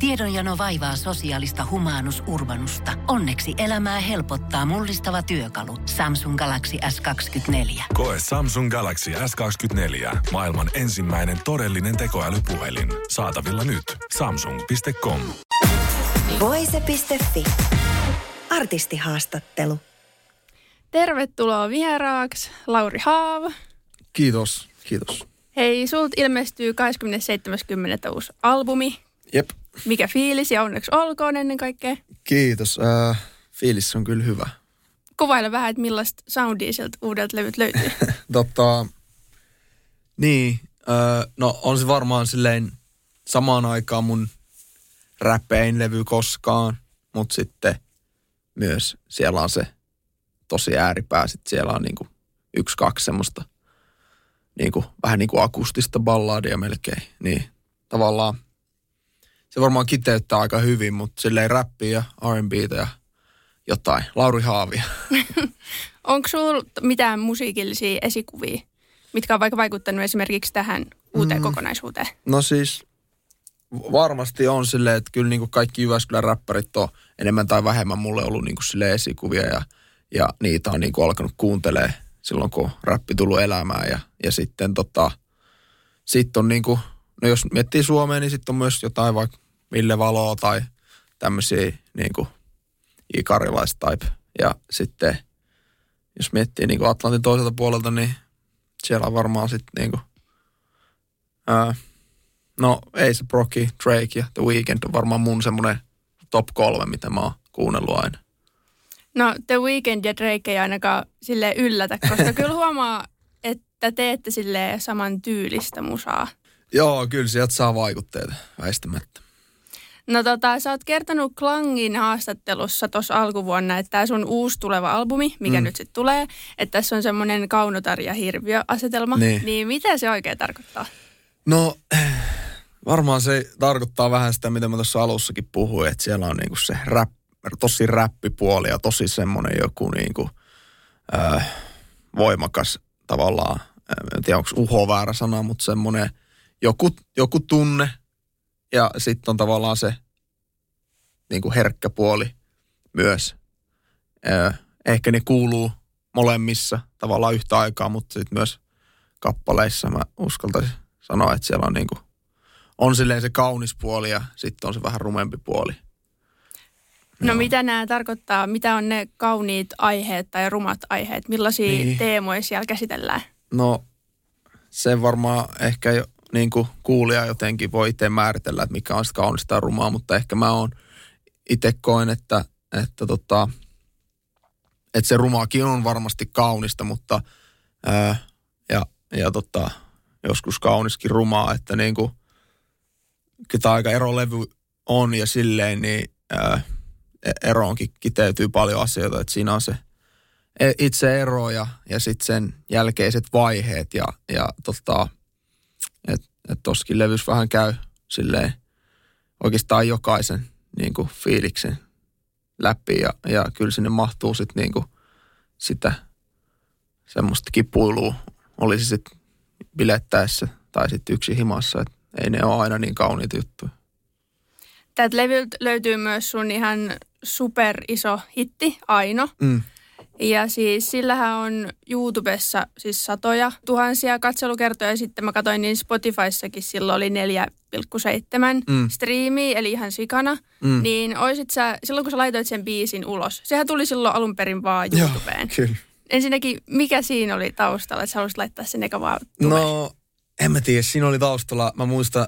Tiedonjano vaivaa sosiaalista humanus urbanusta. Onneksi elämää helpottaa mullistava työkalu. Samsung Galaxy S24. Koe Samsung Galaxy S24. Maailman ensimmäinen todellinen tekoälypuhelin. Saatavilla nyt. Samsung.com. Voise.fi. Artistihaastattelu. Tervetuloa vieraaksi, Lauri Haav. Kiitos. Hei, sulta ilmestyy 27.10. uusi albumi. Jep. Mikä fiilis ja onneksi olkoon ennen kaikkea. Kiitos. Fiilis on kyllä hyvä. Kuvaile vähän, että millaista soundia sieltä uudelta levyt löytyy. No on se varmaan silleen samaan aikaan mun räpein levy koskaan, mutta sitten myös siellä on se tosi ääripää. Sitten siellä on niinku 1-2 semmoista niinku, vähän niinku akustista balladia melkein. Niin tavallaan se varmaan kiteyttää aika hyvin, mutta silleen räppiä ja R&B:tä ja jotain. Lauri Haavia. Onko sulla mitään musiikillisia esikuvia, mitkä on vaikka vaikuttanut esimerkiksi tähän uuteen kokonaisuuteen? No siis varmasti on silleen, että kyllä niinku kaikki Jyväskylän räppärit on enemmän tai vähemmän mulle ollut niinku silleen esikuvia ja niitä on niinku alkanut kuuntelemaan silloin, kun räppi tullut elämään ja sitten sit on niinku, no jos miettii Suomea, niin sitten on myös jotain vaikka Ville Valoa tai tämmöisiä niinku Ikarilais-type. Ja sitten jos miettii niinku Atlantin toiselta puolelta, niin siellä on varmaan sitten niinku A$AP Rocky, Drake ja The Weeknd on varmaan mun semmoinen top 3, mitä mä oon kuunnellut aina. No The Weeknd ja Drake ei ainakaan silleen yllätä, koska kyllä huomaa, että teette silleen saman tyylistä musaa. Joo, kyllä sieltä saa vaikutteita väistämättä. No sä oot kertonut Klangin haastattelussa tuossa alkuvuonna, että tää sun uusi tuleva albumi, mikä nyt sitten tulee, että tässä on semmoinen kaunotar ja hirviö-asetelma. Niin mitä se oikein tarkoittaa? No varmaan se tarkoittaa vähän sitä, mitä mä tuossa alussakin puhuin, että siellä on niinku se tosi räppipuoli ja tosi semmoinen joku niinku voimakas tavallaan, en tiedä onko uho väärä sana, mutta semmoinen joku tunne. Ja sitten on tavallaan se niinku herkkä puoli myös. Ehkä ne kuuluu molemmissa tavallaan yhtä aikaa, mutta sitten myös kappaleissa mä uskaltaisin sanoa, että siellä on niinku, on silleen se kaunis puoli ja sitten on se vähän rumempi puoli. No mitä nämä tarkoittaa? Mitä on ne kauniit aiheet tai rumat aiheet? Millaisia teemoja siellä käsitellään? No se varmaan ehkä jo niin kuin kuulija jotenkin voi itse määritellä, että mikä on sitä kaunista ja rumaa, mutta ehkä mä oon itse koen, että se rumaakin on varmasti kaunista, mutta joskus kauniskin rumaa, että niin kuin kyllä tämä aika erolevy on ja silleen, niin eroonkin kiteytyy paljon asioita, että siinä on se itse ero ja sitten sen jälkeiset vaiheet ja että tossakin levys vähän käy silleen oikeastaan jokaisen niin kuin fiiliksen läpi ja kyllä sinne mahtuu sitten niin kuin sitä semmoista kipuilua, olisi sitten bilettäessä tai sitten yksin himassa, että ei ne ole aina niin kauniita juttuja. Täältä levyltä löytyy myös sun ihan super iso hitti, Aino. Ja siis sillähän on YouTubessa siis satoja tuhansia katselukertoja. Ja sitten mä katsoin, niin Spotifyssakin silloin oli 4,7 striimiä, eli ihan sikana. Niin oisit sä, silloin kun sä laitoit sen biisin ulos, sehän tuli silloin alun perin vaan YouTubeen. Joo, kyllä. Ensinnäkin, mikä siinä oli taustalla, että sä haluaisit laittaa sen eka vaan tubeen? No, en mä tiedä. Siinä oli taustalla, mä muistan,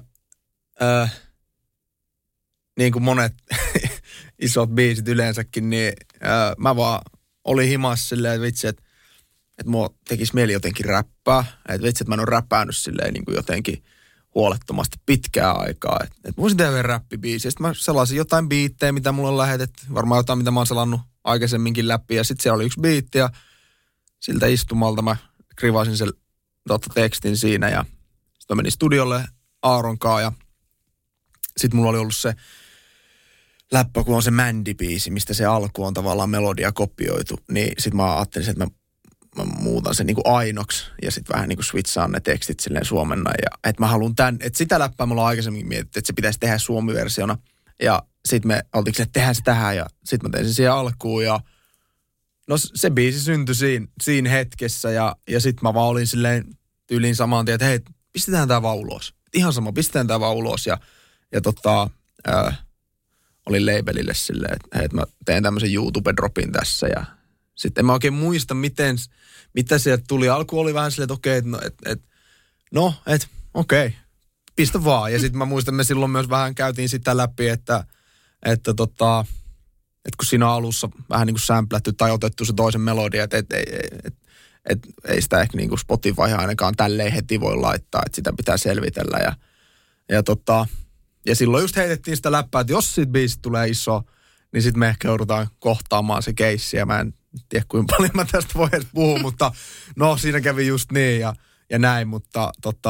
niin kuin monet isot biisit yleensäkin, niin mä vaan olin himassa silleen, että vitsi, että mua tekisi mieli jotenkin räppää. Että vitsi, että mä en ole räpännyt silleen niin kuin jotenkin huolettomasti pitkää aikaa. Että voisin tehdä yhden räppibiisi. Sitten mä selasin jotain biittejä, mitä mulla on lähetetty. Varmaan jotain, mitä mä oon selannut aikaisemminkin läpi. Ja sitten siellä oli yksi biitti ja siltä istumalta mä krivasin sen tekstin siinä. Ja sitten mä menin studiolle Aaronkaan ja sitten mulla oli ollut se läppä, kun on se Mandy-biisi, mistä se alku on tavallaan melodia kopioitu, niin sitten mä ajattelin, että mä muutan sen niin kuin ainoksi ja sitten vähän niin kuin switchaan ne tekstit silleen suomenna. Ja että mä haluan että sitä läppää mulla on aikaisemmin mietitty, että se pitäisi tehdä suomi-versiona Ja sitten me oltiin silleen, että tehdään se tähän ja sitten mä tein sen siihen alkuun ja no se biisi syntyi siinä hetkessä ja sitten mä vaan olin silleen tyyliin samaan tien, että hei, pistetään tää vaan ulos. Ihan sama, pistetään tää vaan ulos ja olin labelille silleen, että hei, mä teen tämmöisen YouTube-dropin tässä ja sitten en mä oikein muista, mitä sieltä tuli. Alku oli vähän silleen, että okei, pistä vaan. Ja sitten mä muistan, että me silloin myös vähän käytiin sitä läpi, että kun siinä alussa vähän niin kuin sämplätty tai otettu se toisen melodia, että ei sitä ehkä niin kuin Spotify ainakaan tälleen heti voi laittaa, että sitä pitää selvitellä. Ja silloin just heitettiin sitä läppää, että jos siitä biisistä tulee iso, niin sitten me ehkä joudutaan kohtaamaan se keissi. Ja mä en tiedä, kuinka paljon mä tästä voi edes puhua, mutta no siinä kävi just niin ja näin. Mutta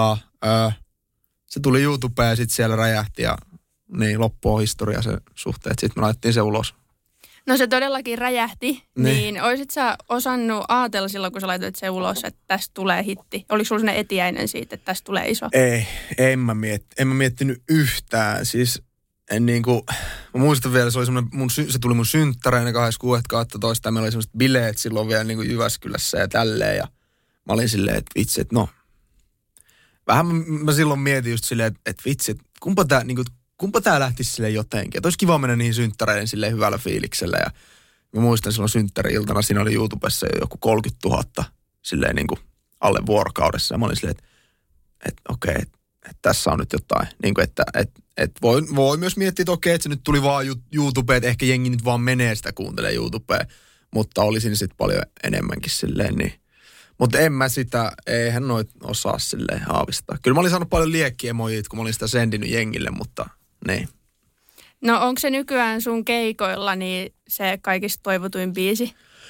se tuli YouTubeen ja sitten siellä räjähti ja niin loppuu historia se suhteen. Sitten me laitettiin se ulos. No se todellakin räjähti, niin oisit sä osannut ajatella silloin, kun sä laitoit se ulos, että tästä tulee hitti? Oliko sulla sellainen etiäinen siitä, että tästä tulee iso? En mä miettinyt yhtään. Siis en niinku, mä muistan vielä, se tuli mun synttäreinä 26.12. ja meillä oli sellaiset bileet silloin vielä niinku Jyväskylässä ja tälleen. Ja mä olin silleen, että vitsi, että no. Vähän mä silloin mietin just silleen, että vitsi, että kumpa tää lähtisi silleen jotenkin. Että olisi kiva mennä niihin synttäreihin silleen hyvällä fiiliksellä. Ja mä muistan silloin synttäri-iltana, siinä oli YouTubessa joku 30 000 silleen niin kuin alle vuorokaudessa. Ja mä olin silleen, että okei, että tässä on nyt jotain. Niin kuin, että voi myös miettiä, että okei, että se nyt tuli vaan YouTubeen, että ehkä jengi nyt vaan menee sitä kuuntelee YouTubeen. Mutta olisin sitten paljon enemmänkin silleen niin. Mutta eihän noit osaa silleen haavistaa. Kyllä mä olin saanut paljon liekkiemojit, kun mä olin sitä sendinyt jengille, mutta niin. No onko se nykyään sun keikoilla niin se kaikista toivotuin biisi?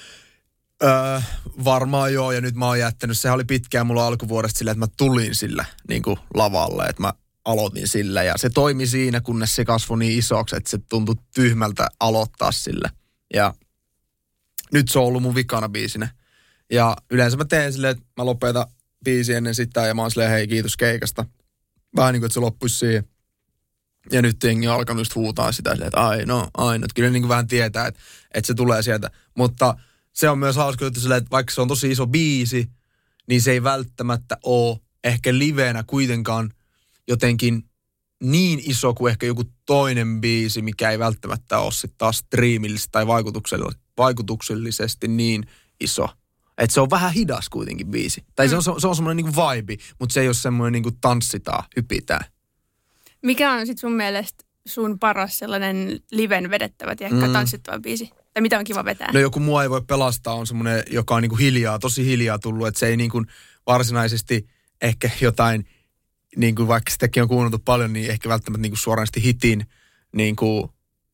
Varmaan joo, ja nyt mä oon jättänyt. Sehän oli pitkään mulla alkuvuodesta silleen, että mä tulin sillä niin kuin lavalle, että mä aloitin sillä. Ja se toimi siinä, kunnes se kasvoi niin isoksi, että se tuntui tyhmältä aloittaa sillä. Ja nyt se on ollut mun vikana biisinä. Ja yleensä mä teen silleen, että mä lopetan biisi ennen sitä ja mä oon silleen, hei kiitos keikasta. Vähän niin kuin, että se loppuisi siihen. Ja nyt jengi on alkanut just huutaa sitä silleen, että aina. Että kyllä niin kuin vähän tietää, että se tulee sieltä. Mutta se on myös hauska juttu silleen, että vaikka se on tosi iso biisi, niin se ei välttämättä ole ehkä livenä kuitenkaan jotenkin niin iso kuin ehkä joku toinen biisi, mikä ei välttämättä ole sitten taas striimillisesti tai vaikutuksellisesti niin iso. Että se on vähän hidas kuitenkin biisi. Tai se on semmoinen niinku vibe, mutta se ei ole semmoinen niinku tanssitaan, hypitään. Mikä on sitten sun mielestä sun paras sellainen liven vedettävä, tanssittava biisi? Tai mitä on kiva vetää? No joku Mua ei voi pelastaa on semmoinen, joka on niinku hiljaa, tosi hiljaa tullut. Että se ei niinku varsinaisesti ehkä jotain, niinku vaikka sitäkin on kuunneltu paljon, niin ehkä välttämättä niinku suoranaisesti hitin niinku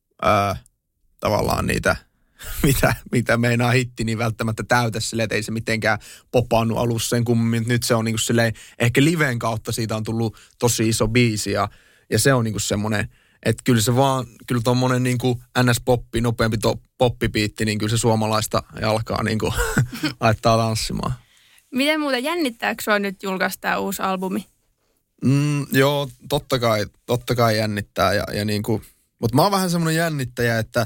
tavallaan niitä... mitä meinaa hitti, niin välttämättä täytä silleen, että ei se mitenkään popannut alussa sen kummemmin. Nyt se on niinku silleen, ehkä liven kautta siitä on tullut tosi iso biisi ja se on niinku semmoinen, että kyllä tommonen niinku NS-poppi, nopeampi poppibiitti, niin kyllä se suomalaista alkaa niinku laittaa tanssimaan. Miten muuten jännittääkö sua nyt julkaista tämä uusi albumi? Joo, totta kai jännittää ja niinku, mutta mä oon vähän semmoinen jännittäjä, että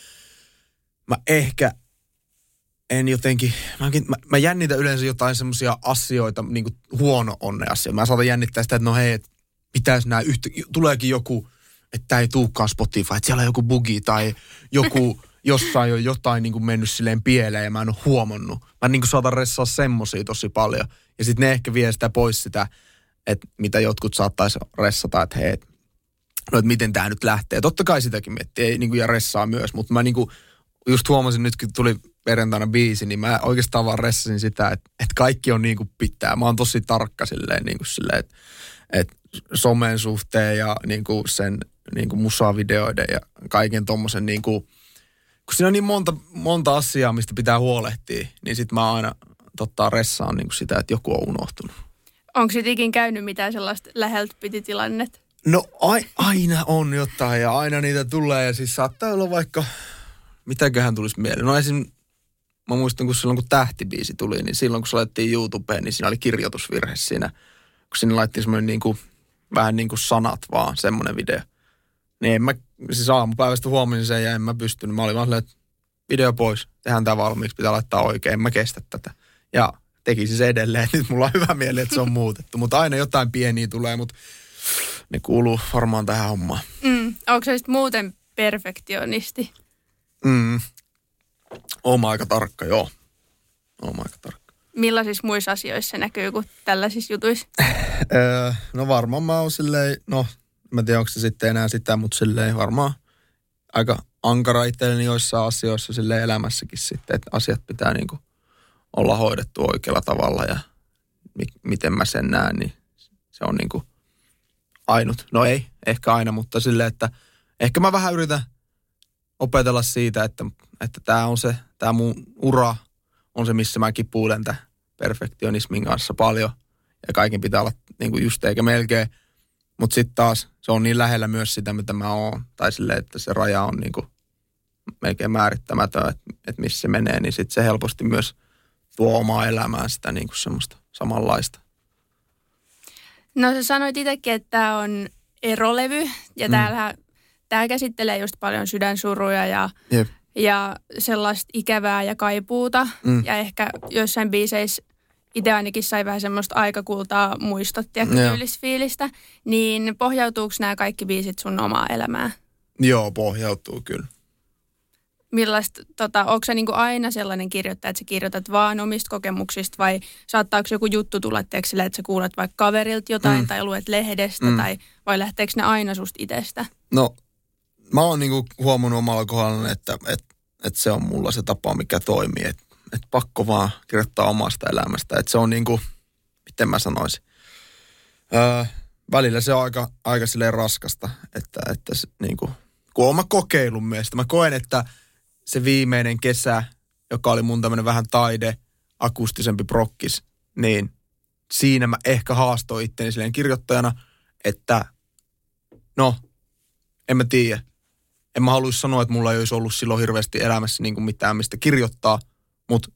mä ehkä en jotenkin, mä jännitän yleensä jotain semmoisia asioita, niin kuin huono onne asioita. Mä saatan jännittää sitä, että no hei, että pitäisi tuleekin joku, että tää ei tulekaan Spotify, että siellä on joku bugi tai joku, jossain on jotain niin kuin mennyt silleen pieleen ja mä en ole huomannut. Mä niin kuin saatan ressaa semmosia tosi paljon. Ja sitten ne ehkä vie sitä pois sitä, että mitä jotkut saattaisi ressata, että hei, että miten tää nyt lähtee. Totta kai sitäkin miettii, niin kuin ja ressaa myös, mutta mä niin kuin just huomasin nyt, kun tuli perjantaina biisi, niin mä oikeastaan vaan ressasin sitä, että kaikki on niin kuin pitää. Mä oon tosi tarkka silleen, niin kuin silleen että somen suhteen ja niin kuin sen niin kuin musavideoiden ja kaiken tommosen niin kuin, kun siinä on niin monta asiaa, mistä pitää huolehtia, niin sit mä aina ressaan niin kuin sitä, että joku on unohtunut. Onko sit ikin käynyt mitään sellaista läheltä piti tilannet? No aina on jotain ja aina niitä tulee ja siis saattaa olla vaikka... Mitäköhän tulisi mieleen? No esim. Mä muistan, kun Tähti-biisi tuli, niin silloin kun se laitettiin YouTubeen, niin siinä oli kirjoitusvirhe siinä. Kun sinne laitettiin semmoinen vähän niin kuin sanat vaan, semmoinen video. Niin en mä, siis aamupäivästä huomasin sen ja en mä pystynyt. Mä olin vaan silleen, että video pois, tehdään tää valmiiksi, pitää laittaa oikein, en mä kestä tätä. Ja tekisi se edelleen, että nyt mulla on hyvä mieli, että se on muutettu. Mutta aina jotain pieniä tulee, mutta ne kuuluu varmaan tähän hommaan. Onko se sitten muuten perfektionisti? Oon aika tarkka, joo. Oon aika tarkka. Millaisissa muissa asioissa se näkyy kuin tällaisissa jutuissa? No varmaan mä oon silleen, no mä tiedän, onko se sitten enää sitä, mutta silleen varmaan aika ankara itselleni joissain asioissa silleen elämässäkin sitten, että asiat pitää niinku olla hoidettu oikealla tavalla ja miten mä sen näen, niin se on niinku ainut. No ei, ehkä aina, mutta silleen, että ehkä mä vähän yritän opetella siitä, että tää on se, tää mun ura on se, missä mä kipuilen tämän perfektionismin kanssa paljon ja kaiken pitää olla niinku just eikä melkein. Mutta sitten taas se on niin lähellä myös sitä, mitä mä oon. Tai silleen, että se raja on niinku melkein määrittämätön, että missä se menee. Niin sitten se helposti myös tuo omaa elämään sitä niinku semmoista samanlaista. No sä sanoit itsekin, että tämä on erolevy. Ja tää käsittelee just paljon sydänsuruja ja sellaista ikävää ja kaipuuta. Ja ehkä jossain biiseissä itse ainakin sai vähän semmoista aikakultaa muistot ja tyylisfiilistä. Niin pohjautuuko nämä kaikki biisit sun omaa elämää? Joo, pohjautuu kyllä. Millaista, onko sä niinku aina sellainen kirjoittaja, että sä kirjoitat vaan omista kokemuksista vai saattaako joku juttu tulla sille, että sä kuulet vaikka kaverilta jotain tai luet lehdestä vai lähteekö ne aina susta itsestä? No, mä oon niinku huomannut omalla kohdalla, että se on mulla se tapa, mikä toimii, että pakko vaan kirjoittaa omasta elämästä. Että se on niinku, miten mä sanoisin, välillä se on aika silleen raskasta, että se, niinku, kun oon mä kokeillut myös. Mä koen, että se viimeinen kesä, joka oli mun tämmönen vähän akustisempi prokkis, niin siinä mä ehkä haastoin itteni silleen kirjoittajana, että no, en mä tiedä. En mä haluaisi sanoa, että mulla ei olisi ollut silloin hirveästi elämässä niin kuin mitään, mistä kirjoittaa, mutta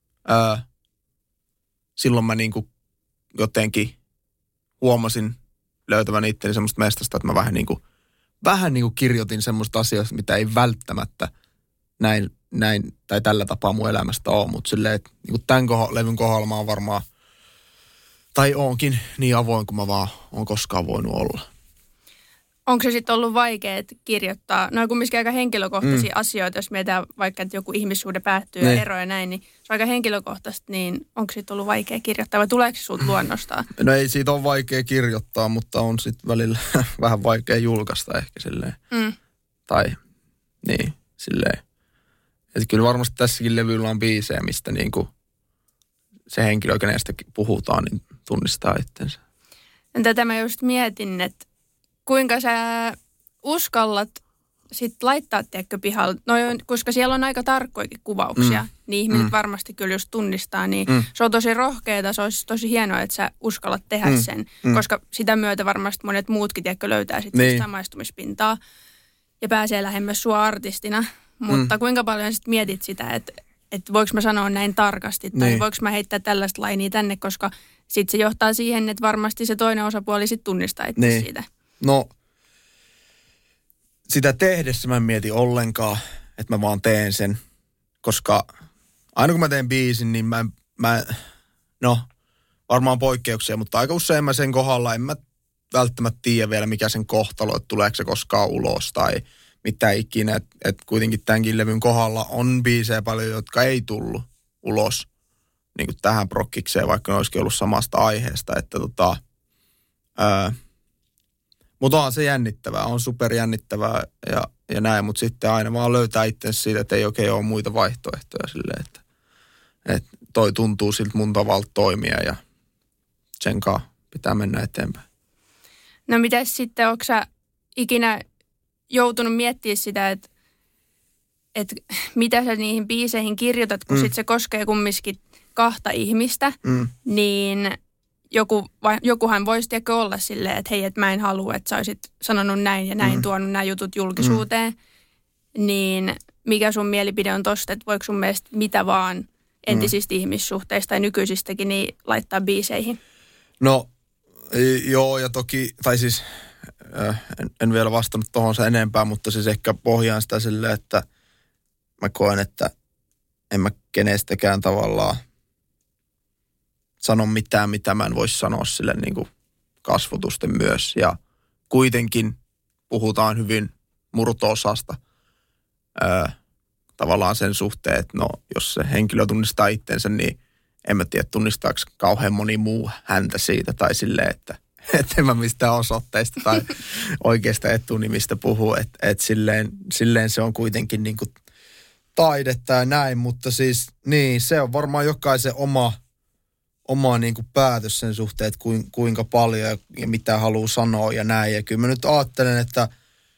silloin mä niin kuin jotenkin huomasin löytävän itteni semmoista mestasta, että mä vähän niin kuin kirjoitin semmoista asioista, mitä ei välttämättä näin tai tällä tapaa mun elämästä ole, mutta silleen, että niin kuin tämän levyn kohdalla mä oon varmaan, tai oonkin niin avoin kuin mä vaan oon koskaan voinut olla. Onko se sitten ollut vaikea kirjoittaa, no kumminkin aika henkilökohtaisia asioita, jos mietitään vaikka, että joku ihmissuhde päättyy ja ero ja näin, niin se on aika henkilökohtaista, niin onko sitten ollut vaikea kirjoittaa vai tuleeko se sulta luonnostaan? No ei siitä ole vaikea kirjoittaa, mutta on sitten välillä vähän vaikea julkaista ehkä silleen. Tai niin, silleen. Että kyllä varmasti tässäkin levyllä on biisejä, mistä niinku se henkilö, kenestä puhutaan, niin tunnistaa itsensä. Tätä mä just mietin, että kuinka sä uskallat sit laittaa, tiedätkö, pihalle, no, koska siellä on aika tarkkoikin kuvauksia, niin ihmiset varmasti kyllä just tunnistaa, niin se on tosi rohkeeta, se olisi tosi hienoa, että sä uskallat tehdä sen, koska sitä myötä varmasti monet muutkin, tiedätkö, löytää sitten samaistumispintaa ja pääsee lähemmäs sua artistina, mutta kuinka paljon sit mietit sitä, että voiko mä sanoa näin tarkasti, tai voiko mä heittää tällaista lainia tänne, koska sitten se johtaa siihen, että varmasti se toinen osapuoli sitten tunnistaa itse siitä. No, sitä tehdessä mä en mieti ollenkaan, että mä vaan teen sen, koska aina kun mä teen biisin, niin mä varmaan poikkeuksia, mutta aika usein mä sen kohdalla en mä välttämättä tiedä vielä, mikä sen kohtalo, että tuleeko se koskaan ulos tai mitä ikinä, että kuitenkin tämänkin levyn kohdalla on biisejä paljon, jotka ei tullut ulos niin kuin tähän prokkikseen, vaikka ne olisikin ollut samasta aiheesta, että mutta on se jännittävää, on superjännittävää ja näin, mutta sitten aina vaan löytää itsensä siitä, että ei oikein ole muita vaihtoehtoja silleen, että toi tuntuu siltä mun tavalta toimia ja sen kanssa pitää mennä eteenpäin. No mitäs sitten, onko sä ikinä joutunut miettimään sitä, että mitä sä niihin biiseihin kirjoitat, kun sit se koskee kumminkin kahta ihmistä, niin jokuhan voisi tiedäkö olla silleen, että hei, että mä en halua, että sä olisit sanonut näin ja näin, tuonut nämä jutut julkisuuteen. Niin mikä sun mielipide on tosta, että voiko sun mielestä mitä vaan entisistä ihmissuhteista tai nykyisistäkin niin laittaa biiseihin? No joo, ja toki, tai siis en vielä vastannut tuohon se enempää, mutta siis ehkä pohjaan sitä silleen, että mä koen, että en mä kenestäkään tavallaan sano mitään, mitä mä en voisi sanoa sille niin kuin kasvotusten myös. Ja kuitenkin puhutaan hyvin murto-osasta tavallaan sen suhteen, että no jos se henkilö tunnistaa itsensä, niin en mä tiedä tunnistaako kauhean moni muu häntä siitä tai silleen, että en mä mistään osoitteista tai oikeasta etunimistä puhu, että silleen se on kuitenkin niin kuin taidetta ja näin, mutta siis niin, se on varmaan jokaisen oma niin kuin päätös sen suhteen, että kuinka paljon ja mitä haluaa sanoa ja näin. Ja kyllä mä nyt ajattelen, että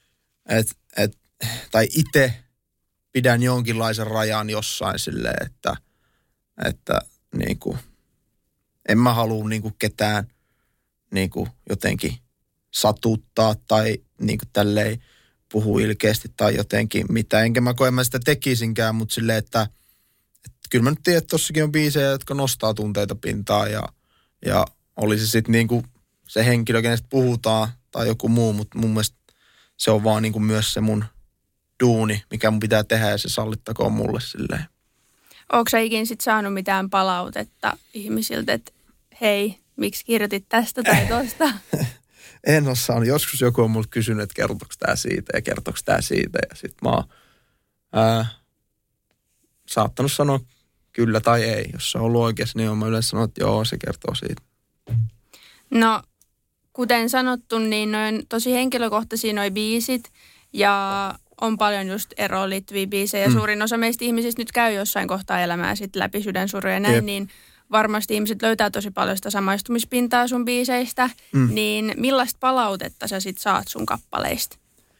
tai itse pidän jonkinlaisen rajan jossain silleen, että niin kuin, en mä halua niin kuin ketään niin kuin jotenkin satuttaa tai niin kuin tälleen puhua ilkeästi tai jotenkin mitä. Enkä mä koe, mä sitä tekisinkään, mutta silleen, että kyllä mä nyt tiedän, että tossakin on biisejä, jotka nostaa tunteita pintaan ja olisi sitten niin kuin se henkilö, kenestä puhutaan tai joku muu, mutta mun mielestä se on vaan niin kuin myös se mun duuni, mikä mun pitää tehdä ja se sallittakoon mulle silleen. Ootko sä ikin sit saanut mitään palautetta ihmisiltä, että hei, miksi kirjoitit tästä tai tosta? En ole saanut. Joskus joku on multa kysynyt, että kertooko tää siitä ja kertooko tää siitä. Ja sit mä oon saattanut sanoa kyllä tai ei. Jos se on ollut oikeassa, niin mä yleensä sanonut, että joo, se kertoo siitä. No, kuten sanottu, niin noin tosi henkilökohtaisia noi biisit ja on paljon just eroon liittyviä biisejä. Suurin osa meistä ihmisistä nyt käy jossain kohtaa elämää sit läpi sydänsuruja ja näin, niin varmasti ihmiset löytää tosi paljon sitä samaistumispintaa sun biiseistä. Niin millaista palautetta sä sit saat sun kappaleista?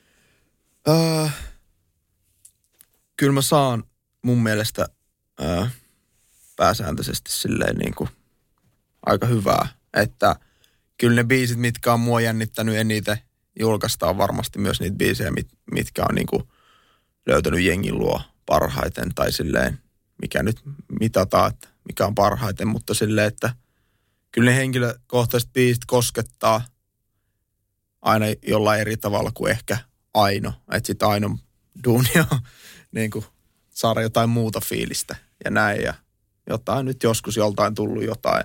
Kyllä mä saan mun mielestä pääsääntöisesti silleen niin kuin aika hyvää, että kyllä ne biisit, mitkä on mua jännittänyt eniten, julkaistaan varmasti myös niitä biisejä, mitkä on niin kuin löytänyt jengin luo parhaiten tai silleen, mikä nyt mitataan, että mikä on parhaiten, mutta silleen, että kyllä ne henkilökohtaiset biisit koskettaa aina jollain eri tavalla kuin ehkä Aino. Että sit Ainon duuni on niin kuin saada jotain muuta fiilistä ja näin ja jotain nyt joskus joltain tullut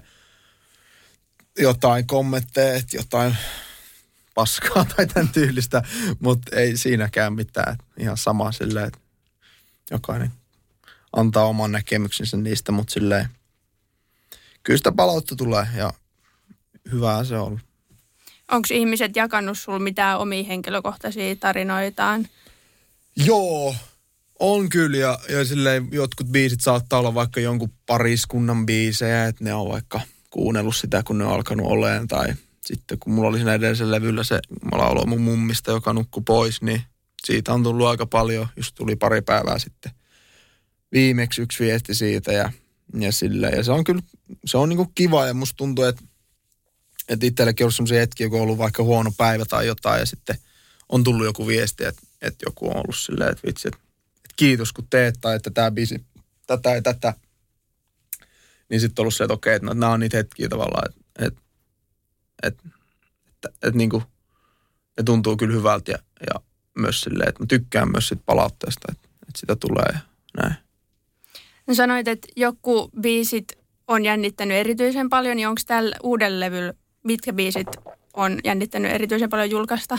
jotain kommentteja, jotain paskaa tai tämän tyylistä, mutta ei siinäkään mitään. Ihan sama silleen, että jokainen antaa oman näkemyksensä niistä, mutta silleen kyllä sitä palautta tulee ja hyvää se on. Onko ihmiset jakanut sulle mitään omia henkilökohtaisia tarinoitaan? Joo, on kyllä ja silleen jotkut biisit saattaa olla vaikka jonkun pariskunnan biisejä, että ne on vaikka kuunnellut sitä, kun ne on alkanut olemaan tai sitten kun mulla oli siinä edellisellä levyllä se, mä lauloin mun mummista, joka nukkui pois, niin siitä on tullut aika paljon. Just tuli pari päivää sitten viimeksi yksi viesti siitä ja silleen. Ja se on kyllä, se on niinku kiva ja musta tuntuu, että itsellekin on ollut sellaisia hetkiä, kun on ollut vaikka huono päivä tai jotain ja sitten on tullut joku viesti, että joku on ollut silleen, että vitsi, että kiitos kun teet tai että tämä biisi tätä ja tätä. Niin sitten on ollut se, että okei, että nämä on niitä hetkiä tavallaan, että niinku, ne tuntuu kyllä hyvältä ja myös silleen, että mä tykkään myös siitä palautteesta, että sitä tulee ja näin. No sanoit, että joku biisit on jännittänyt erityisen paljon, niin onko tällä uudella levyllä, mitkä biisit on jännittänyt erityisen paljon julkaista?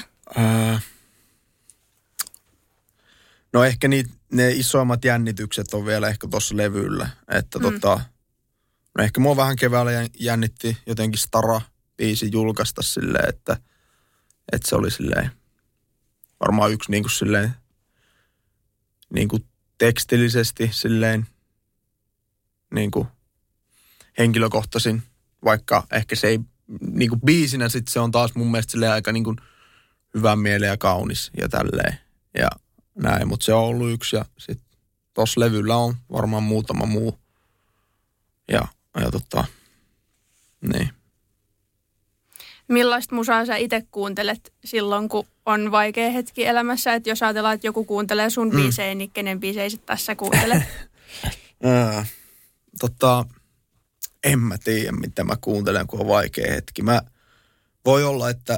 No ehkä ne isoimmat jännitykset on vielä ehkä tuossa levyllä, että no ehkä mua vähän keväällä jännitti jotenkin Stara-biisi julkaista silleen, että se oli silleen varmaan yksi niin kuin silleen niin kuin tekstillisesti silleen niin kuin henkilökohtaisin, vaikka ehkä se ei niin kuin biisinä sitten se on taas mun mielestä silleen aika niin kuin hyvän mieleen ja kaunis ja tälleen ja näin, mutta se on ollut yksi ja sitten tossa levyllä on varmaan muutama muu ja niin. Millaista musaa sä itse kuuntelet silloin, kun on vaikea hetki elämässä? Että jos ajatellaan, että joku kuuntelee sun biisejä, niin kenen biisejä sit tässä kuuntelet? En mä tiedä, mitä mä kuuntelen, kun on vaikea hetki. Voi olla, että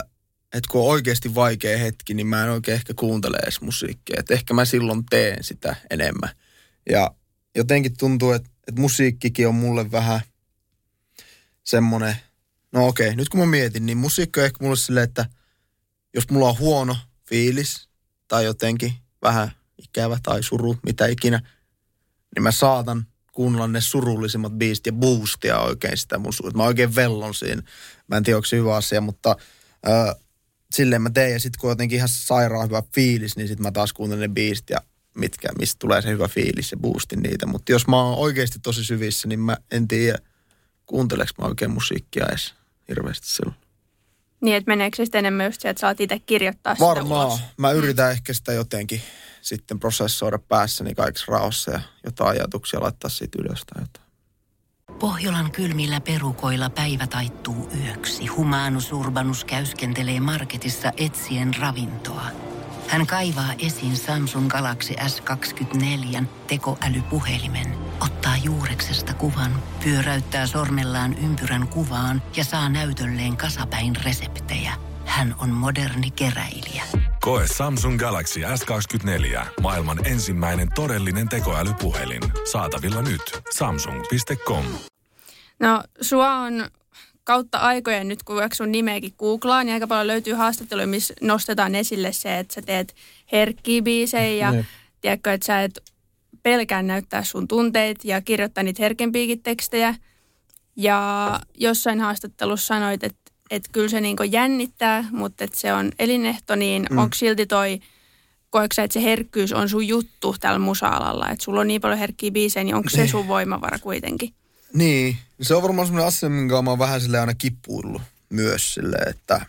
että kun on oikeasti vaikea hetki, niin mä en oikein ehkä kuuntele edes musiikkia. Että ehkä mä silloin teen sitä enemmän. Ja jotenkin tuntuu, että musiikkikin on mulle vähän semmoinen, no okei, nyt kun mä mietin, niin musiikki on ehkä mulle silleen, että jos mulla on huono fiilis tai jotenkin vähän ikävä tai suru, mitä ikinä, niin mä saatan kuunnella ne surullisimmat biisit ja boostia oikein sitä mun suuta. Mä oikein vellon siinä. Mä en tiedä, onko se hyvä asia, mutta silleen mä teen. Ja sit kun on jotenkin ihan sairaan hyvä fiilis, niin sit mä taas kuuntelen ne biisit ja mistä tulee se hyvä fiilis ja boostin niitä. Mutta jos mä oon oikeasti tosi syvissä, niin mä en tiedä, kuunteleeko mä oikein musiikkia edes hirveästi silloin. Niin, että meneekö se sitten enemmän just se, että saat itse kirjoittaa sitä varmaan. ulos? Mä yritän ehkä sitä jotenkin sitten prosessoida päässäni kaikessa rauhassa ja jotain ajatuksia laittaa siitä ylös tai jotain. Pohjolan kylmillä perukoilla päivä taittuu yöksi. Humanus Urbanus käyskentelee marketissa etsien ravintoa. Hän kaivaa esiin Samsung Galaxy S24 tekoälypuhelimen, ottaa juureksesta kuvan, pyöräyttää sormellaan ympyrän kuvaan ja saa näytölleen kasapäin reseptejä. Hän on moderni keräilijä. Koe Samsung Galaxy S24. Maailman ensimmäinen todellinen tekoälypuhelin. Saatavilla nyt. Samsung.com. No, sua on kautta aikojen nyt, kun sun nimeäkin googlaa, niin aika paljon löytyy haastatteluja, missä nostetaan esille se, että sä teet herkkiä biisejä ja tiedätkö, että sä et pelkää näyttää sun tunteet ja kirjoittaa niitä herkempiäkin tekstejä. Ja jossain haastattelussa sanoit, että kyllä se niinku jännittää, mutta että se on elinehto, niin onko silti koetko sä, että se herkkyys on sun juttu tällä musa-alalla? Että sulla on niin paljon herkkiä biisejä, niin onko se sun voimavara kuitenkin? Niin, se on varmaan semmoinen asia, minkä mä oon vähän silleen aina kipuillut myös silleen, että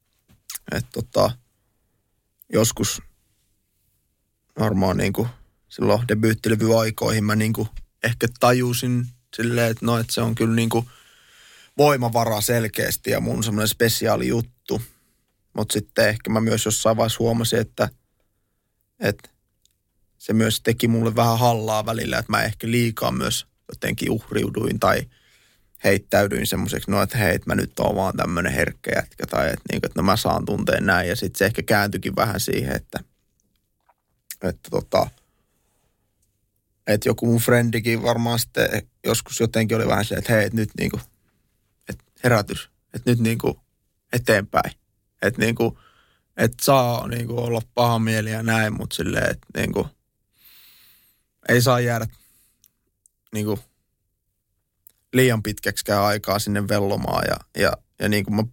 joskus varmaan niinku silloin debyyttilevyaikoihin mä niinku ehkä tajusin silleen, että no, että se on kyllä niinku voimavara selkeästi ja mun semmoinen spesiaali juttu. Mutta sitten ehkä mä myös jossain vaiheessa huomasin, että se myös teki mulle vähän hallaa välillä, että mä ehkä liikaa myös jotenkin uhriuduin tai heittäydyin semmoiseksi, no että hei, mä nyt oon vaan tämmönen herkkä jätkä tai että no mä saan tuntea näin. Ja sitten se ehkä kääntyikin vähän siihen, että joku mun frendikin varmaan sitten joskus jotenkin oli vähän se, että hei, että nyt niinku, että herätys, että nyt niinku eteenpäin. Että niinku, että saa niinku olla paha mieli ja näin, mutta silleen, että niinku ei saa jäädä niinku liian pitkäksikään aikaa sinne vellomaan ja niin kuin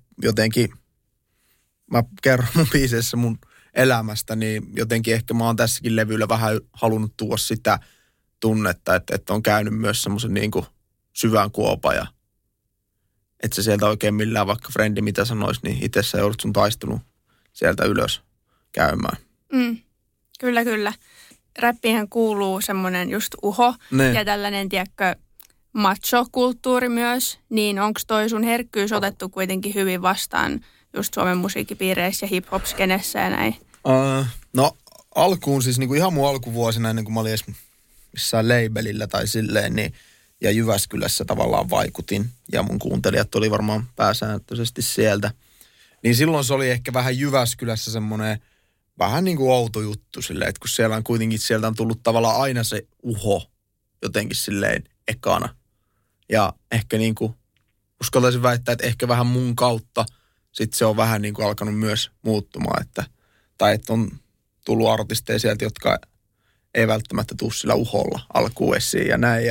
mä kerron mun biiseissä mun elämästä, niin jotenkin ehkä mä oon tässäkin levyllä vähän halunnut tuoda sitä tunnetta, että on käynyt myös semmoisen niin kuin syvään kuopan ja että se sieltä oikein millään, vaikka frendi mitä sanoisi, niin itse sä joudut sun taistelun sieltä ylös käymään. Kyllä. Räppiinhän kuuluu semmoinen just uho ja tällainen, tiedätkö, macho-kulttuuri myös, niin onko toi sun herkkyys otettu kuitenkin hyvin vastaan just Suomen musiikkipiireissä ja hip-hop-skenessä ja näin? No alkuun siis niinku ihan mun alkuvuosina ennen kuin mä olin edes missään labelillä tai silleen, niin, ja Jyväskylässä tavallaan vaikutin ja mun kuuntelijat oli varmaan pääsääntöisesti sieltä. Niin silloin se oli ehkä vähän Jyväskylässä semmoinen vähän niin kuin outo juttu silleen, että kun siellä on kuitenkin, sieltä on tullut tavallaan aina se uho jotenkin silleen ekana. Ja ehkä niin kuin uskaltaisin väittää, että ehkä vähän mun kautta sitten se on vähän niin kuin alkanut myös muuttumaan, että on tullut artisteja sieltä, jotka ei välttämättä tule sillä uholla alkuun esiin ja näin.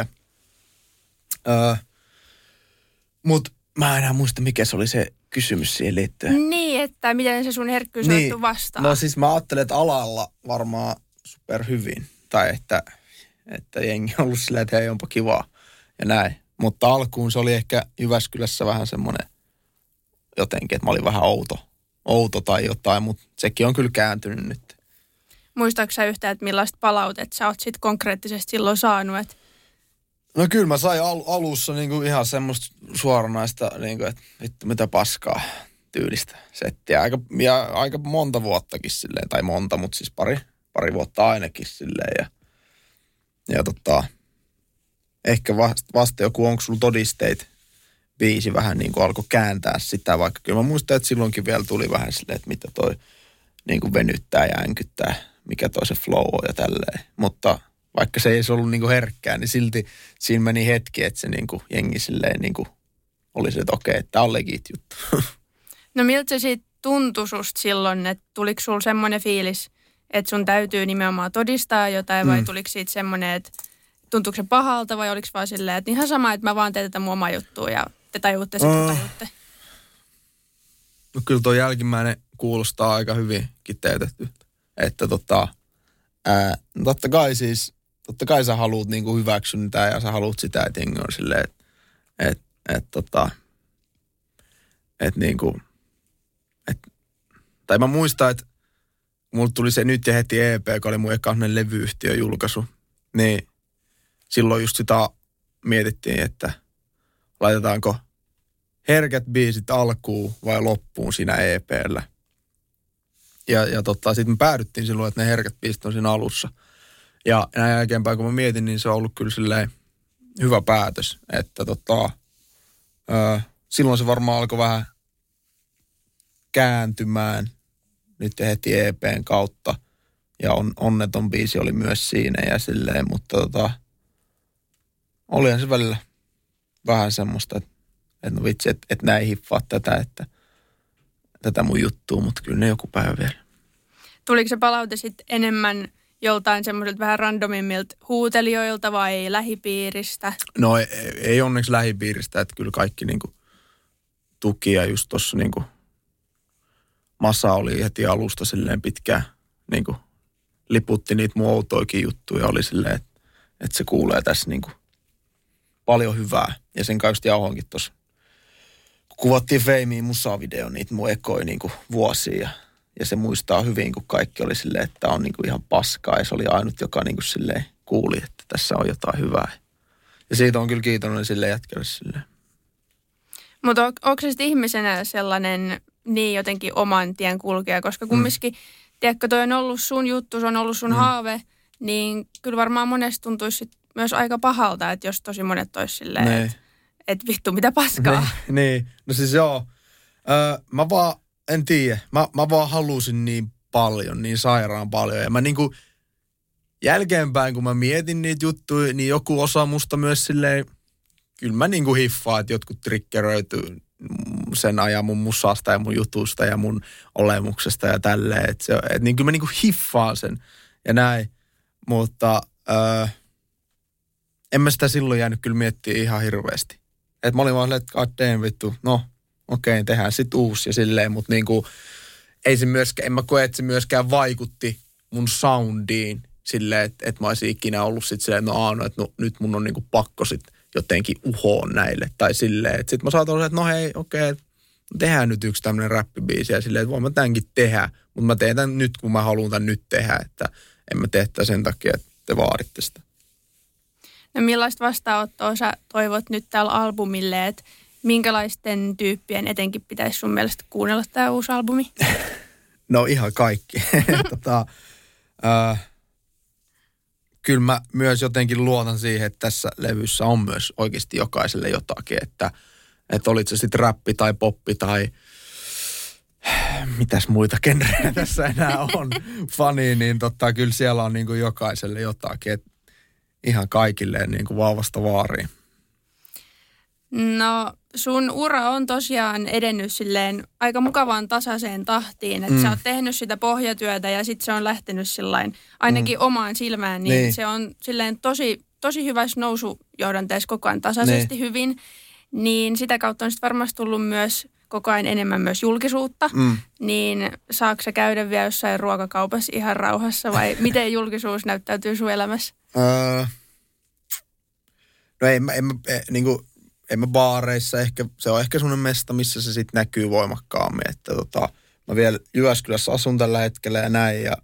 Mutta mä en enää muista, mikä se oli se kysymys siihen liittyen. Niin, että miten se sun herkkyys on otettu vastaan? No siis mä ajattelen, että alalla varmaan superhyvin. Tai että jengi on ollut silleen, että hei, onpa kivaa ja näin. Mutta alkuun se oli ehkä Jyväskylässä vähän semmoinen jotenkin, että mä olin vähän outo tai jotain, mutta sekin on kyllä kääntynyt nyt. Muistatko sä yhtään, että millaista palautetta sä oot sit konkreettisesti silloin saanut? Että No kyllä mä sain alussa niinku ihan semmoista suoranaista, niinku, että vittu mitä paskaa tyylistä settiä. Aika monta vuottakin silleen, tai monta, mutta siis pari vuotta ainakin silleen. Ja ehkä vasta joku, onko sulla todisteet biisi vähän niin kuin alkoi kääntää sitä, vaikka kyllä mä muistan, että silloinkin vielä tuli vähän silleen, että mitä toi niin kuin venyttää ja änkyttää, mikä toi se flow on ja tälleen. Mutta vaikka se ei olisi ollut niin kuin herkkää, niin silti siinä meni hetki, että se niin kuin jengi silleen niin kuin oli se, että okei, että tämä on legit juttu. No miltä se siitä tuntui susta silloin, että tuliko sulla semmoinen fiilis, että sun täytyy nimenomaan todistaa jotain vai tuliko siitä semmoinen, että tuntuuko se pahalta vai oliko vaan silleen, että ihan sama, että mä vaan teen tätä mun omaa juttua ja te tajuutte sitten tajuutte? No kyllä tuo jälkimmäinen kuulostaa aika hyvin kiteytetty. Että totta kai sä haluut niinku hyväksyntää ja sä haluut sitä, että jengi on silleen, tai mä muistan, että mulla tuli se Nyt ja heti EP, joka oli mun eka levyyhtiön julkaisu, niin silloin just sitä mietittiin, että laitetaanko herkät biisit alkuun vai loppuun siinä EP:llä. Ja sitten me päädyttiin silloin, että ne herkät biisit on siinä alussa. Ja näin jälkeenpäin, kun mä mietin, niin se on ollut kyllä silleen hyvä päätös, että silloin se varmaan alkoi vähän kääntymään Nyt ja heti EP:n kautta. Ja onneton biisi oli myös siinä ja silleen, mutta olihan se välillä vähän semmoista, että no vitsi, että näin hiffaa tätä mun juttua, mutta kyllä ne joku päivä vielä. Tuliko se palaute sitten enemmän joltain semmoiselta vähän randomimmilta huutelijoilta vai lähipiiristä? No ei onneksi lähipiiristä, että kyllä kaikki niinku tuki ja just tossa niinku Masa oli heti alusta silleen pitkään niinku liputti niitä mun outoikin juttuja, oli silleen, että se kuulee tässä niinku paljon hyvää. Ja sen kanssa jauhoinkin tuossa, kun kuvattiin Fameen musavideo, niitä mun ekoi niinku vuosia. Ja se muistaa hyvin, kun kaikki oli silleen, että tää on niinku ihan paskaa. Ja se oli ainut, joka niinku silleen kuuli, että tässä on jotain hyvää. Ja siitä on kyllä kiitollinen silleen jätkälle silleen. Mutta onko se sitten ihmisenä sellainen niin jotenkin oman tien kulkija? Koska kumminkin, tiedätkö, toi on ollut sun juttu, se on ollut sun haave, niin kyllä varmaan monesti tuntuisi sit myös aika pahalta, että jos tosi monet olisi silleen, että vittu mitä paskaa. Niin, no siis joo. Mä vaan, en tiedä, mä vaan halusin niin paljon, niin sairaan paljon. Ja mä niinku jälkeenpäin, kun mä mietin niitä juttuja, niin joku osa musta myös silleen, kyllä mä niinku hiffaan, että jotkut triggeröityy sen ajan mun musasta ja mun jutusta ja mun olemuksesta ja tälleen. Että niin kyllä mä niinku hiffaan sen ja näin. Mutta en mä sitä silloin jäänyt kyllä miettiä ihan hirveästi. Että mä olin vaan silleen, että god damn vittu, no okei, tehdään sit uusi ja silleen. Mutta niinku ei se myöskään, en mä koe, että se myöskään vaikutti mun soundiin silleen, että mä olisin ikinä ollut sit silleen, että nyt mun on niinku pakko sit jotenkin uhoon näille. Tai silleen, että sit mä saatoin, että no hei, okei, tehdään nyt yksi tämmönen räppibiisi ja silleen, että voin mä tämänkin tehdä. Mutta mä teen tämän nyt, kun mä haluan tämän nyt tehdä, että en mä tee tätä sen takia, että te vaaditte sitä. No millaista vastaanottoa sä toivot nyt tällä albumille, että minkälaisten tyyppien etenkin pitäisi sun mielestä kuunnella tämä uusi albumi? No ihan kaikki. Kyllä mä myös jotenkin luotan siihen, että tässä levyssä on myös oikeasti jokaiselle jotakin, että olit se sitten räppi tai poppi tai mitäs muita genrejä tässä enää on fani, niin kyllä siellä on niin kuin jokaiselle jotakin, että ihan kaikille niin kuin vauvasta vaariin. No sun ura on tosiaan edennyt silleen aika mukavaan tasaiseen tahtiin, että sä oot tehnyt sitä pohjatyötä ja sitten se on lähtenyt sillain ainakin omaan silmään, niin se on silleen tosi hyvässä nousujohdanteessa koko ajan tasaisesti hyvin, niin sitä kautta on sitten varmasti tullut myös koko ajan enemmän myös julkisuutta, niin saako sä käydä vielä jossain ruokakaupassa ihan rauhassa vai miten julkisuus näyttäytyy sun elämässä? No en mä baareissa, se on ehkä semmoinen mesta, missä se sitten näkyy voimakkaammin, että mä vielä Jyväskylässä asun tällä hetkellä ja näin, ja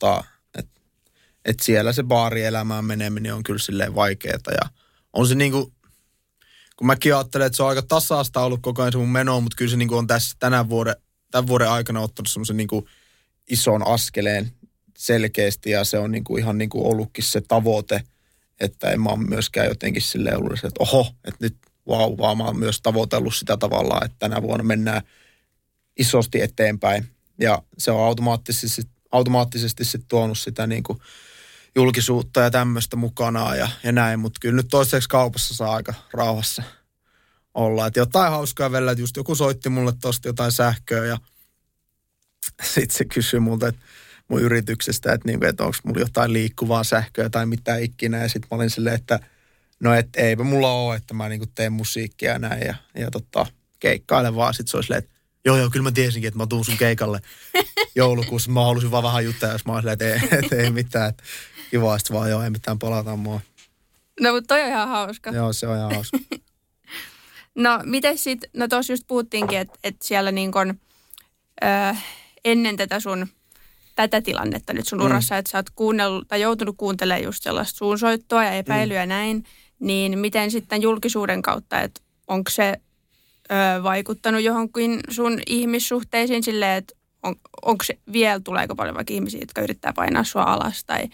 että siellä se baarielämään meneminen on kyllä silleen vaikeeta, ja on se niinku, kun mäkin ajattelen, että se on aika tasaista ollut koko ajan se mun meno, mutta kyllä se niinku on tässä tämän vuoden aikana ottanut semmoisen niinku ison askeleen selkeästi, ja se on niinku ihan niinku ollutkin se tavoite, että en mä ole myöskään jotenkin silleen ollut, että oho, että vau, vaan mä oon myös tavoitellut sitä tavallaan, että tänä vuonna mennään isosti eteenpäin. Ja se on automaattisesti sit tuonut sitä niin kuin julkisuutta ja tämmöistä mukanaan ja näin. Mutta kyllä nyt toiseksi kaupassa saa aika rauhassa olla. Että jotain hauskaa välillä, että just joku soitti mulle tosta jotain sähköä ja sitten se kysyi multa, että mun yrityksestä, että onko mulla jotain liikkuvaa sähköä tai mitä ikinä. Ja sitten mä olin silleen, että no et eipä mulla ole, että mä niinku teen musiikkia ja näin ja keikkailen vaan. Sitten se oli silleen, että joo, kyllä mä tiesinkin, että mä tuun sun keikalle joulukuussa. Mä halusin vaan vähän jutella, jos mä olin silleen, että ei mitään. Että kiva, sitten vaan joo, ei mitään palata mua. No, mutta toi on ihan hauska. Joo, se on ihan hauska. No, miten sitten, no tuossa just puhuttiinkin, että siellä niin kun, ennen tätä tilannetta nyt sun urassa, että sä oot kuunnellut tai joutunut kuuntelemaan just sellaista suunsoittoa ja epäilyä ja näin, niin miten sitten julkisuuden kautta, että onko se vaikuttanut johonkin sun ihmissuhteisiin silleen, että onko se vielä, tuleeko paljon vaikka ihmisiä, jotka yrittää painaa sua alas tai...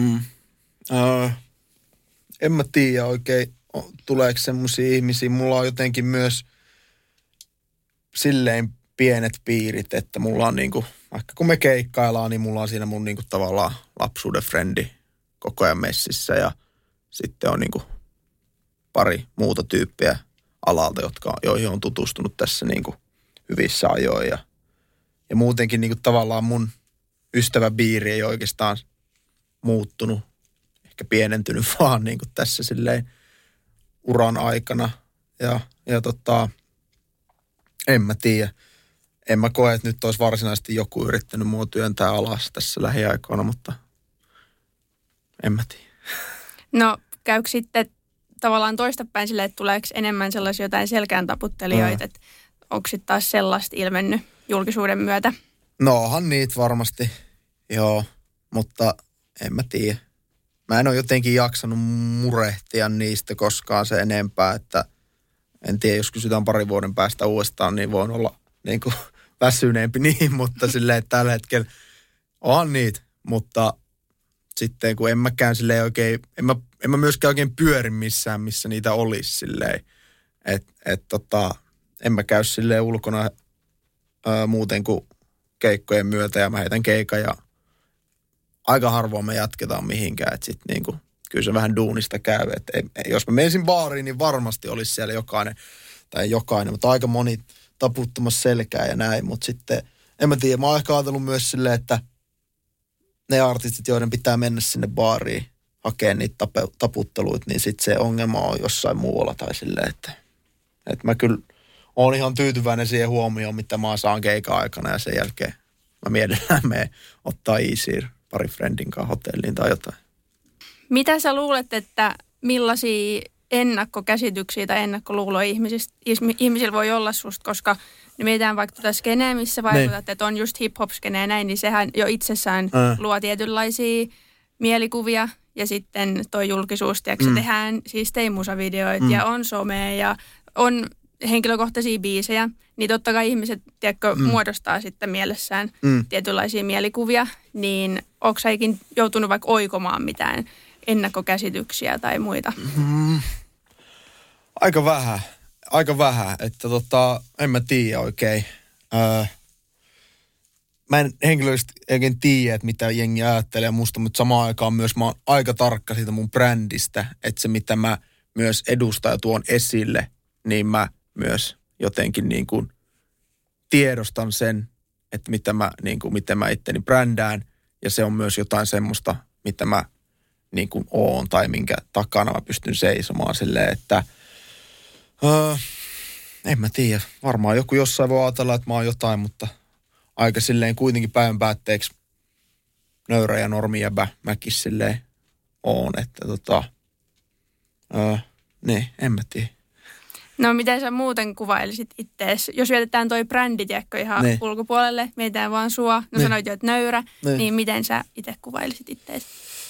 En mä tiedä oikein, tuleeko semmoisia ihmisiä. Mulla on jotenkin myös silleen pienet piirit, että mulla on niinku, vaikka kun me keikkaillaan, niin mulla on siinä mun niinku tavallaan lapsuuden frendi koko ajan messissä ja sitten on niinku pari muuta tyyppiä alalta, joihin on tutustunut tässä niinku hyvissä ajoin ja muutenkin niinku tavallaan mun ystäväpiiri ei oikeastaan muuttunut, ehkä pienentynyt vaan niinku tässä silleen uran aikana ja en mä tiedä. En mä koe, että nyt olisi varsinaisesti joku yrittänyt mua työntää alas tässä lähiaikoina, mutta en mä tiedä. No, käykö sitten tavallaan toistapäin silleen, että tuleeko enemmän sellaisia jotain selkään taputtelijoita, että onko sitten taas sellaista ilmennyt julkisuuden myötä? No, onhan niitä varmasti, joo, mutta en mä tiedä. Mä en ole jotenkin jaksanut murehtia niistä koskaan se enempää, että en tiedä, jos kysytään 2 vuoden päästä uudestaan, niin voin olla niin kuin väsyneempi niin, mutta silleen, että tällä hetkellä onhan niitä, mutta sitten kun en mäkään silleen oikein, en mä myöskään oikein pyöri missään, missä niitä olisi silleen, että en mä käy silleen ulkona muuten kuin keikkojen myötä ja mä heitän keikan ja aika harvoin me jatketaan mihinkään, että sitten niinku, kyllä se vähän duunista käy, että jos mä menisin baariin, niin varmasti olisi siellä jokainen, mutta aika moni taputtamassa selkää ja näin, mutta sitten en mä tiedä, mä oon ehkä ajatellut myös silleen, että ne artistit, joiden pitää mennä sinne baariin hakemaan niitä taputteluita, niin sitten se ongelma on jossain muualla tai silleen, että mä kyllä oon ihan tyytyväinen siihen huomioon, mitä mä saan keikan aikana ja sen jälkeen mä mielellään menen ottaa easy pari friendin kanssa hotelliin tai jotain. Mitä sä luulet, että millaisia ennakkokäsityksiä tai ennakkoluuloja ihmisillä voi olla susta, koska ne mietitään vaikka tätä skeneä, missä vaikutat, että on just hip-hop-skeneä ja näin, niin sehän jo itsessään luo tietynlaisia mielikuvia ja sitten toi julkisuus, tehdään siis musavideoita ja on somea ja on henkilökohtaisia biisejä, niin totta kai ihmiset, muodostaa sitten mielessään tietynlaisia mielikuvia, niin onko sä ikin joutunut vaikka oikomaan mitään ennakkokäsityksiä tai muita? Aika vähän, että en mä tiedä oikein. Mä en henkilöisesti oikein tiedä, että mitä jengi ajattelee musta, mutta samaan aikaan myös mä oon aika tarkka siitä mun brändistä, että se mitä mä myös edustan ja tuon esille, niin mä myös jotenkin niin kuin tiedostan sen, että miten mä itteni brändään ja se on myös jotain semmoista, mitä mä niin kuin oon tai minkä takana mä pystyn seisomaan silleen, että en mä tiedä. Varmaan joku jossain voi ajatella, että mä oon jotain, mutta aika silleen kuitenkin päivän päätteeksi nöyrä ja normijäbä mäkin silleen oon, että niin, en mä tiedä. No miten sä muuten kuvailisit ittees? Jos jätetään toi brändi, tiedätkö, ihan ulkopuolelle, mietitään vaan sua, sanoit jo, että nöyrä, niin miten sä itse kuvailisit ittees?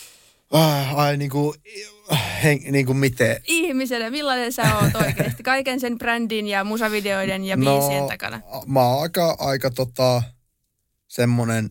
Niin kuin miten? Ihmisenä, millainen sä oot oikeasti? Kaiken sen brändin ja musavideoiden ja biisien takana. Mä oon aika semmonen,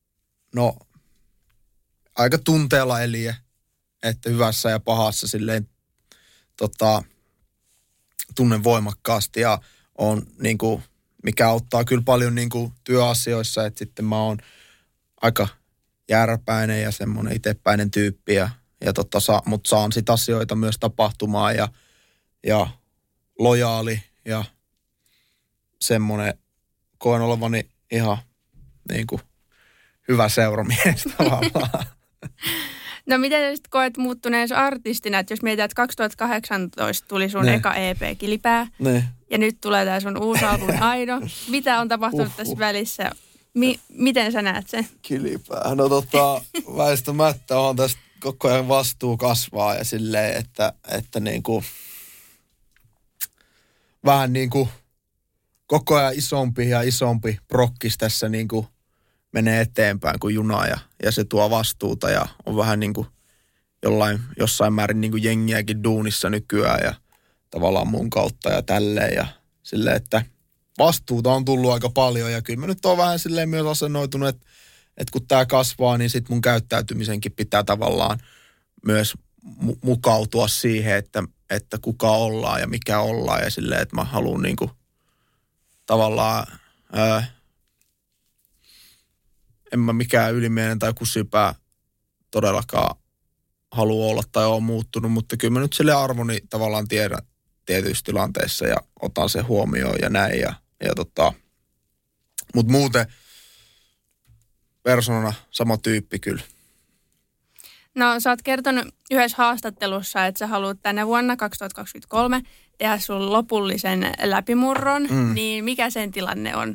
aika tunteella eliä, että hyvässä ja pahassa silleen tunnen voimakkaasti ja on niin kuin, mikä auttaa kyllä paljon niin kuin työasioissa, että sitten mä oon aika jääräpäinen ja semmoinen itsepäinen tyyppi mutta saan sit asioita myös tapahtumaan ja lojaali ja semmoinen, koen olevani ihan niin kuin hyvä seuramies tavallaan. No miten sä sitten koet muuttuneessa artistina, että jos mietitään, että 2018 tuli sun eka EP Kilipää, ja nyt tulee tää sun uusi albumi Aino. Mitä on tapahtunut tässä välissä? Miten sä näet sen? Kilipää. No väistämättä on tästä koko ajan vastuu kasvaa ja silleen, että niinku vähän niinku koko ajan isompi ja isompi prokkis tässä niinku menee eteenpäin kuin juna ja se tuo vastuuta ja on vähän niinku jossain määrin niinku jengiäkin duunissa nykyään ja tavallaan mun kautta ja tälleen ja silleen, että vastuuta on tullut aika paljon ja kyllä mä nyt oon vähän silleen myös asennoitunut, että kun tää kasvaa, niin sit mun käyttäytymisenkin pitää tavallaan myös mukautua siihen, että kuka ollaan ja mikä ollaan ja silleen, että mä haluan niinku tavallaan en mä mikään ylimielinen tai kusipää todellakaan halua olla tai ole muuttunut, mutta kyllä mä nyt sille arvoni tavallaan tiedän tietyissä tilanteissa ja otan sen huomioon ja näin. Mutta muuten persoonana sama tyyppi kyllä. No sä oot kertonut yhdessä haastattelussa, että sä haluat tänä vuonna 2023 tehdä sun lopullisen läpimurron, niin mikä sen tilanne on?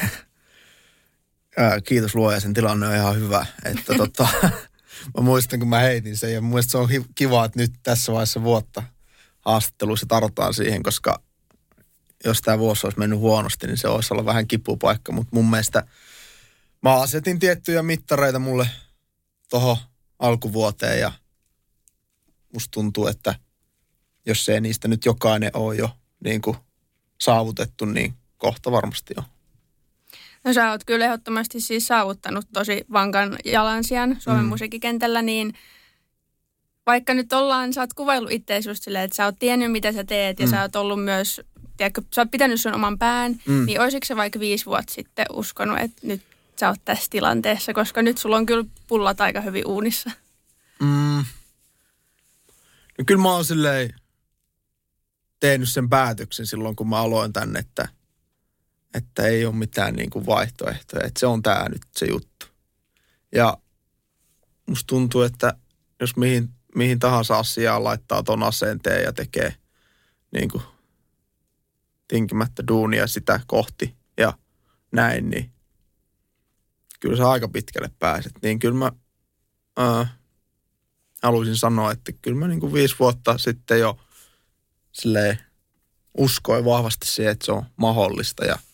Kiitos luoja, sen tilanne on ihan hyvä. Että mä muistan, kun mä heitin sen ja mun mielestä se on kiva, että nyt tässä vaiheessa vuotta haastatteluissa tarvitaan siihen, koska jos tämä vuosi olisi mennyt huonosti, niin se olisi ollut vähän kipupaikka. Mutta mun mielestä mä asetin tiettyjä mittareita mulle tohon alkuvuoteen ja musta tuntuu, että jos ei niistä nyt jokainen ole jo niin kuin saavutettu, niin kohta varmasti on. No sä oot kyllä ehdottomasti siis saavuttanut tosi vankan jalansijan Suomen musiikkikentällä, niin vaikka nyt sä oot kuvaillut itseäsi just silleen, että sä oot tiennyt mitä sä teet ja sä oot ollut myös, tiedätkö, sä oot pitänyt sun oman pään, niin olisiko se vaikka 5 vuotta sitten uskonut, että nyt sä oot tässä tilanteessa, koska nyt sulla on kyllä pullat aika hyvin uunissa. No kyllä mä oon silleen tehnyt sen päätöksen silloin, kun mä aloin tänne, että ei ole mitään niin kuin vaihtoehtoja, että se on tää nyt se juttu. Ja musta tuntuu, että jos mihin tahansa asiaan laittaa ton asenteen ja tekee niin kuin tinkimättä duunia sitä kohti ja näin, niin kyllä sä aika pitkälle pääset. Niin kyllä mä haluaisin sanoa, että kyllä mä niin kuin 5 vuotta sitten jo silleen uskoin vahvasti siihen, että se on mahdollista ja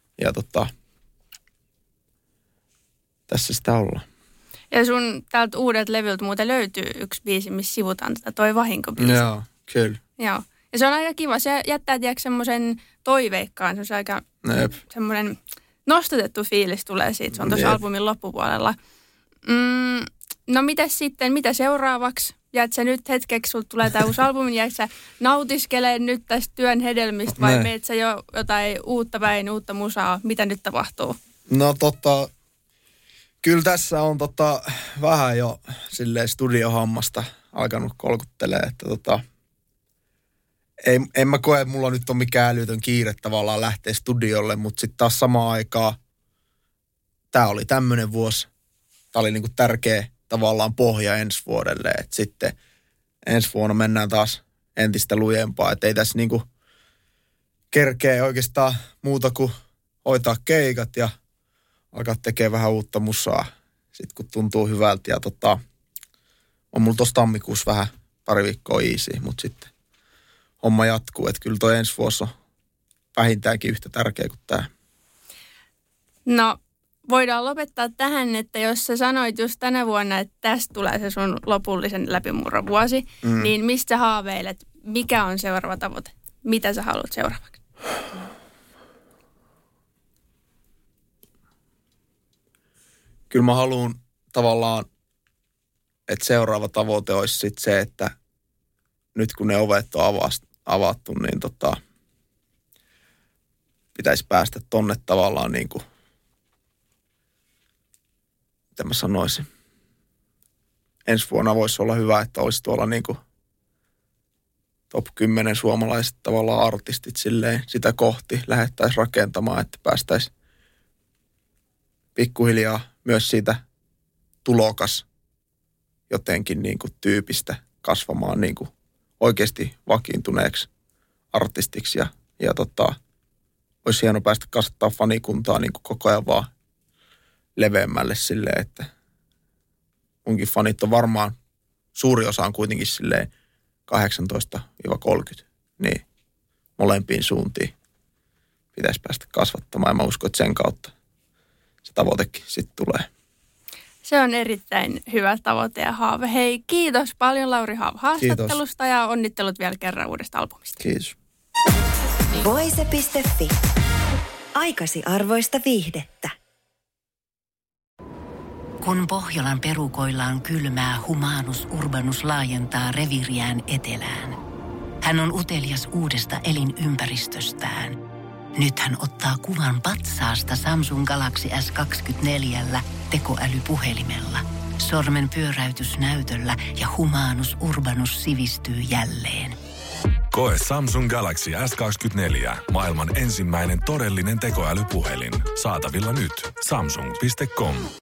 tässä sitä ollaan. Ja sun täältä uudet levyltä muuten löytyy yksi biisi, missä sivutaan tätä toi vahinkobiisi. Joo, kyllä. Joo. Ja se on aika kiva. Se jättää tiedätkö semmoisen toiveikkaan. Se on aika semmoinen nostatettu fiilis tulee siitä. Se on tuossa albumin loppupuolella. No mitäs sitten, mitä seuraavaksi? Jäätkö sä nyt hetkeksi, sulta tulee tämä uusi albumi, jäätkö sä nautiskelee nyt tästä työn hedelmistä vai meet sä jo jotain uutta päin, uutta musaa? Mitä nyt tapahtuu? No kyllä tässä on vähän jo silleen studiohammasta alkanut kolkuttelemaan, että en mä koe, että mulla nyt on mikään älytön kiire tavallaan lähteä studiolle, mutta sitten taas samaan aikaan tää oli tämmönen vuosi. Tää oli niinku tärkeä tavallaan pohja ensi vuodelle, että sitten ensi vuonna mennään taas entistä lujempaa, että ei tässä niinku kerkeä oikeastaan muuta kuin hoitaa keikat ja alkaa tekemään vähän uutta musaa, sitten kun tuntuu hyvältä ja on mulla tossa tammikuussa vähän pari viikkoa easy, mutta sitten homma jatkuu, että kyllä toi ensi vuosi on vähintäänkin yhtä tärkeä kuin tää. No, voidaan lopettaa tähän, että jos sä sanoit just tänä vuonna, että tästä tulee se sun lopullisen läpimurron vuosi, niin mistä haaveilet? Mikä on seuraava tavoite? Mitä sä haluat seuraavaksi? Kyllä mä haluan tavallaan, että seuraava tavoite olisi sitten se, että nyt kun ne ovet on avattu, niin pitäisi päästä tonne tavallaan niin kuin, mitä mä sanoisin. Ensi vuonna voisi olla hyvä, että olisi tuolla niin kuin top 10 suomalaiset tavallaan artistit silleen sitä kohti lähettäisiin rakentamaan, että päästäisiin pikkuhiljaa myös siitä tulokas jotenkin niin kuin tyypistä kasvamaan niin kuin oikeasti vakiintuneeksi artistiksi ja olisi hieno päästä kasvattaa fanikuntaa niin kuin koko ajan vaan leveämmälle silleen, että munkin fanit on varmaan, suuri osa on kuitenkin silleen 18-30, niin molempiin suuntiin pitäisi päästä kasvattamaan ja mä uskon, että sen kautta se tavoitekin sitten tulee. Se on erittäin hyvä tavoite ja haave. Hei, kiitos paljon Lauri Haava haastattelusta ja onnittelut vielä kerran uudesta albumista. Kiitos. Voise.fi. Aikasi arvoista viihdettä. Kun Pohjolan perukoillaan kylmää, Humanus Urbanus laajentaa reviiriään etelään. Hän on utelias uudesta elinympäristöstään. Nyt hän ottaa kuvan patsaasta Samsung Galaxy S24 tekoälypuhelimella. Sormen pyöräytys näytöllä ja Humanus Urbanus sivistyy jälleen. Koe Samsung Galaxy S24. Maailman ensimmäinen todellinen tekoälypuhelin. Saatavilla nyt. Samsung.com.